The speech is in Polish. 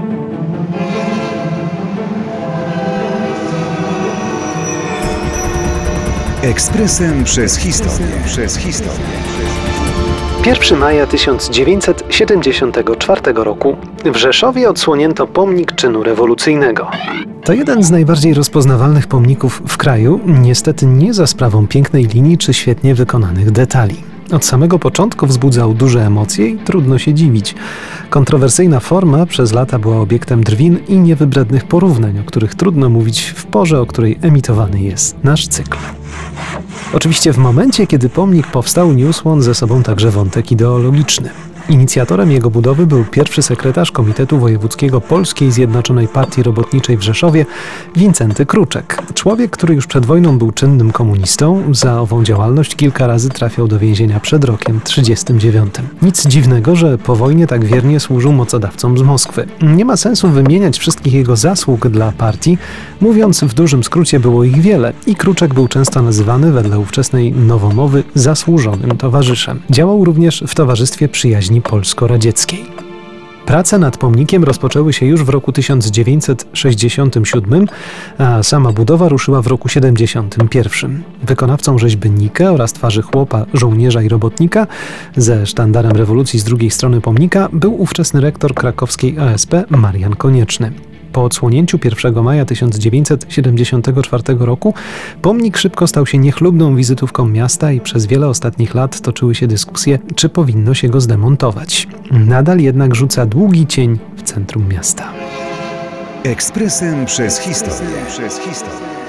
Ekspresem przez historię. 1 maja 1974 roku w Rzeszowie odsłonięto pomnik czynu rewolucyjnego. To jeden z najbardziej rozpoznawalnych pomników w kraju, niestety nie za sprawą pięknej linii czy świetnie wykonanych detali. Od samego początku wzbudzał duże emocje i trudno się dziwić. Kontrowersyjna forma przez lata była obiektem drwin i niewybrednych porównań, o których trudno mówić w porze, o której emitowany jest nasz cykl. Oczywiście w momencie, kiedy pomnik powstał, niósł on ze sobą także wątek ideologiczny. Inicjatorem jego budowy był pierwszy sekretarz Komitetu Wojewódzkiego Polskiej Zjednoczonej Partii Robotniczej w Rzeszowie, Wincenty Kruczek. Człowiek, który już przed wojną był czynnym komunistą, za ową działalność kilka razy trafiał do więzienia przed rokiem 1939. Nic dziwnego, że po wojnie tak wiernie służył mocodawcom z Moskwy. Nie ma sensu wymieniać wszystkich jego zasług dla partii, mówiąc w dużym skrócie było ich wiele i Kruczek był często nazywany wedle ówczesnej nowomowy zasłużonym towarzyszem. Działał również w Towarzystwie Przyjaźni Polsko-Radzieckiej. Prace nad pomnikiem rozpoczęły się już w roku 1967, a sama budowa ruszyła w roku 1971. Wykonawcą rzeźby Nike oraz twarzy chłopa, żołnierza i robotnika ze sztandarem rewolucji z drugiej strony pomnika był ówczesny rektor krakowskiej ASP Marian Konieczny. Po odsłonięciu 1 maja 1974 roku pomnik szybko stał się niechlubną wizytówką miasta i przez wiele ostatnich lat toczyły się dyskusje, czy powinno się go zdemontować. Nadal jednak rzuca długi cień w centrum miasta. Ekspresem przez historię.